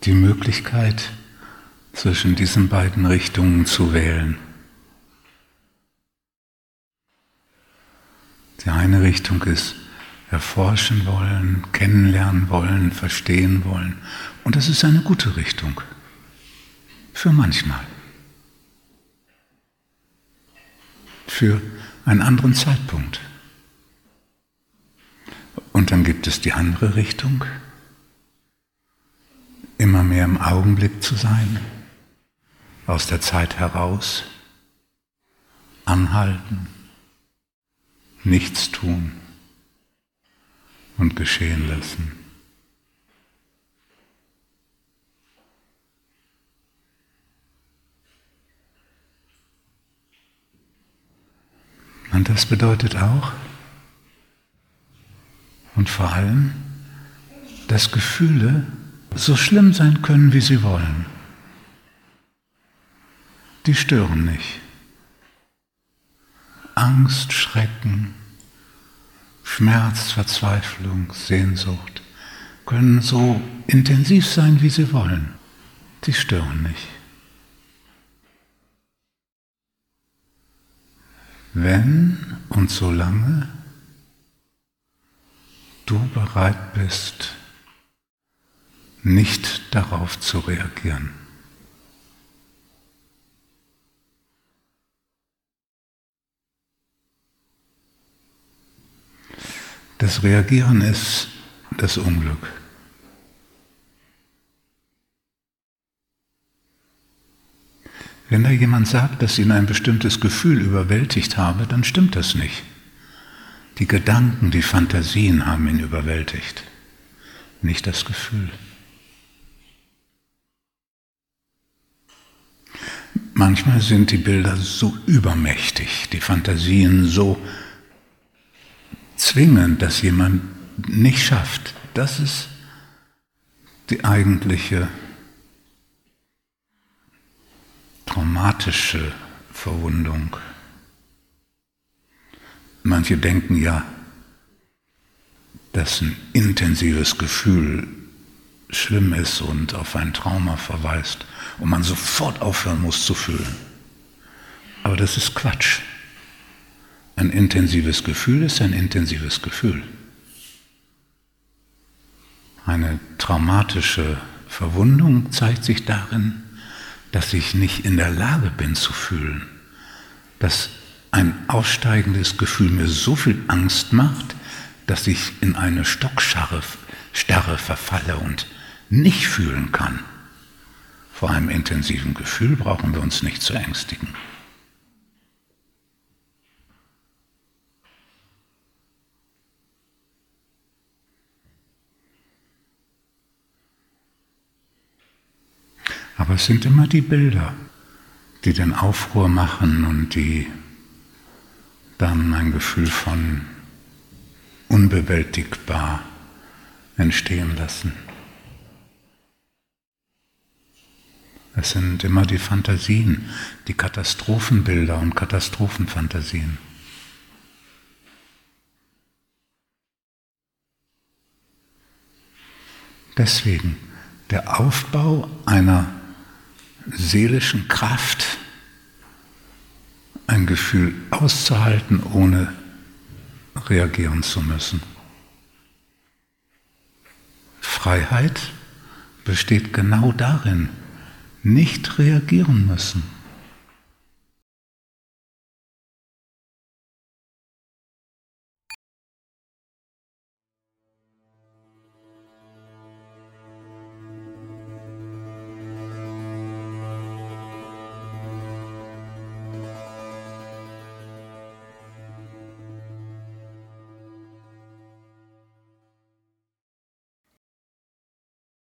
die Möglichkeit, zwischen diesen beiden Richtungen zu wählen. Die eine Richtung ist erforschen wollen, kennenlernen wollen, verstehen wollen. Und das ist eine gute Richtung. Für manchmal. Für einen anderen Zeitpunkt. Und dann gibt es die andere Richtung, immer mehr im Augenblick zu sein, aus der Zeit heraus, anhalten, nichts tun und geschehen lassen. Und das bedeutet auch und vor allem, dass Gefühle so schlimm sein können, wie sie wollen. Die stören nicht. Angst, Schrecken, Schmerz, Verzweiflung, Sehnsucht können so intensiv sein, wie sie wollen. Die stören nicht. Wenn und solange du bereit bist, nicht darauf zu reagieren. Das Reagieren ist das Unglück. Wenn da jemand sagt, dass ihn ein bestimmtes Gefühl überwältigt habe, dann stimmt das nicht. Die Gedanken, die Fantasien haben ihn überwältigt, nicht das Gefühl. Manchmal sind die Bilder so übermächtig, die Fantasien so zwingend, dass jemand nicht schafft. Das ist die eigentliche traumatische Verwundung. Manche denken ja, dass ein intensives Gefühl schlimm ist und auf ein Trauma verweist und man sofort aufhören muss zu fühlen. Aber das ist Quatsch. Ein intensives Gefühl ist ein intensives Gefühl. Eine traumatische Verwundung zeigt sich darin, dass ich nicht in der Lage bin zu fühlen, dass ein aufsteigendes Gefühl mir so viel Angst macht, dass ich in eine Stockstarre verfalle und nicht fühlen kann. Vor einem intensiven Gefühl brauchen wir uns nicht zu ängstigen. Aber es sind immer die Bilder, die den Aufruhr machen und die dann ein Gefühl von unbewältigbar entstehen lassen. Es sind immer die Fantasien, die Katastrophenbilder und Katastrophenfantasien. Deswegen der Aufbau einer seelischen Kraft, ein Gefühl auszuhalten, ohne reagieren zu müssen. Freiheit besteht genau darin, nicht reagieren müssen.